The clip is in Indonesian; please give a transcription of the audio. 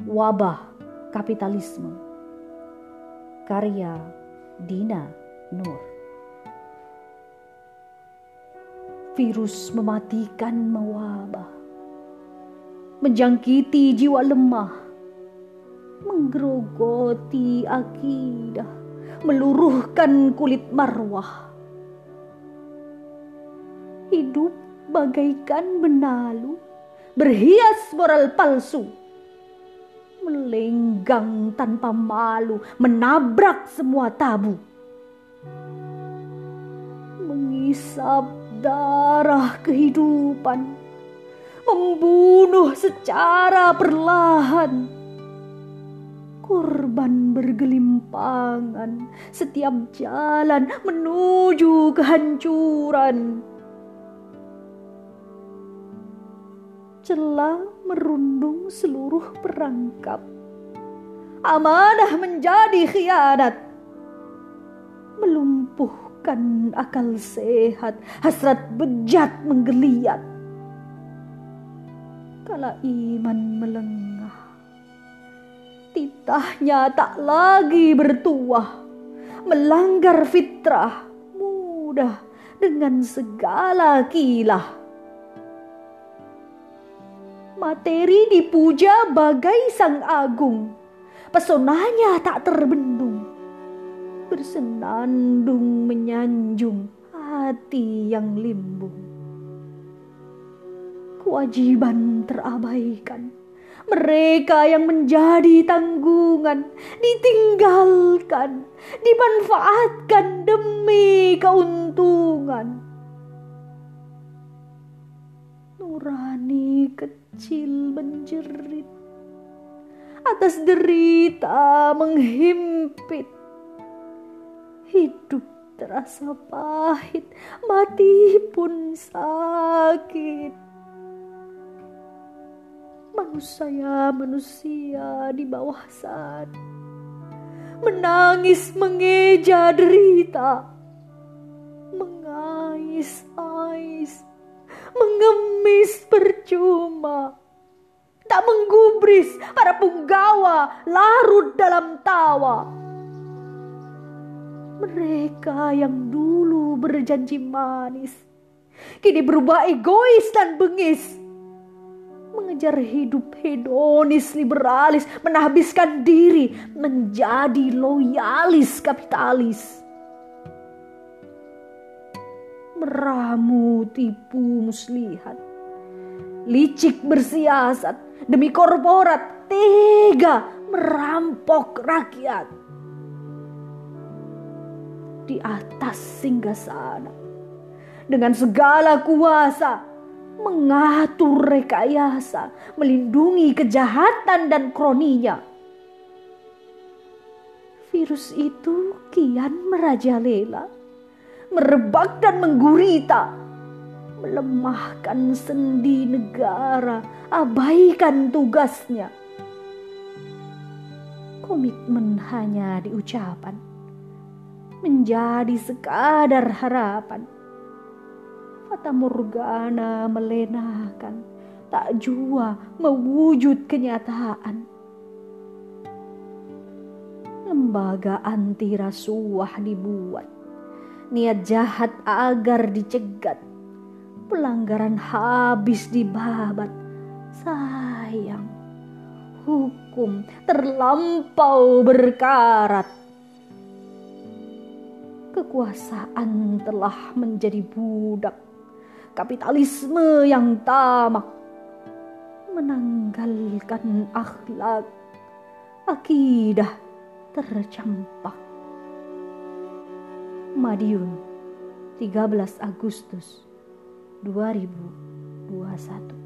Wabah Kapitalisme. Karya Dina Nur. Virus mematikan mewabah, menjangkiti jiwa lemah, menggerogoti akidah, meluruhkan kulit marwah. Hidup bagaikan benalu, berhias moral palsu, melenggang tanpa malu, menabrak semua tabu, mengisap darah kehidupan, membunuh secara perlahan. Korban bergelimpangan, setiap jalan menuju kehancuran. Celah merundung seluruh perangkap, amanah menjadi khianat, melumpuhkan akal sehat, hasrat bejat menggeliat. Kala iman melengah, titahnya tak lagi bertuah, melanggar fitrah mudah dengan segala kilah. Materi dipuja bagai sang agung, pesonanya tak terbendung, bersenandung menyanjung hati yang limbung. Kewajiban terabaikan, mereka yang menjadi tanggungan ditinggalkan, dimanfaatkan demi keuntungan. Nurani kecil menjerit, atas derita menghimpit. Hidup terasa pahit, mati pun sakit. Manusia di bawah sana menangis mengeja derita, mengais-ais, mengemis percuma, tak menggubris para punggawa larut dalam tawa. Mereka yang dulu berjanji manis kini berubah egois dan bengis, mengejar hidup hedonis liberalis, menghabiskan diri menjadi loyalis kapitalis. Meramu tipu muslihat, licik bersiasat, demi korporat tega merampok rakyat. Di atas singgasana dengan segala kuasa mengatur rekayasa, melindungi kejahatan dan kroninya. Virus itu kian merajalela, merebak dan menggurita, melemahkan sendi negara, abaikan tugasnya. Komitmen hanya di ucapan, menjadi sekadar harapan. Fata morgana melenakan, tak jua mewujud kenyataan. Lembaga anti rasuah dibuat, niat jahat agar dicegat, pelanggaran habis dibabat. Sayang, hukum terlampau berkarat. Kekuasaan telah menjadi budak kapitalisme yang tamak, menanggalkan akhlak, akidah tercampak. Madiun, 13 Agustus 2021.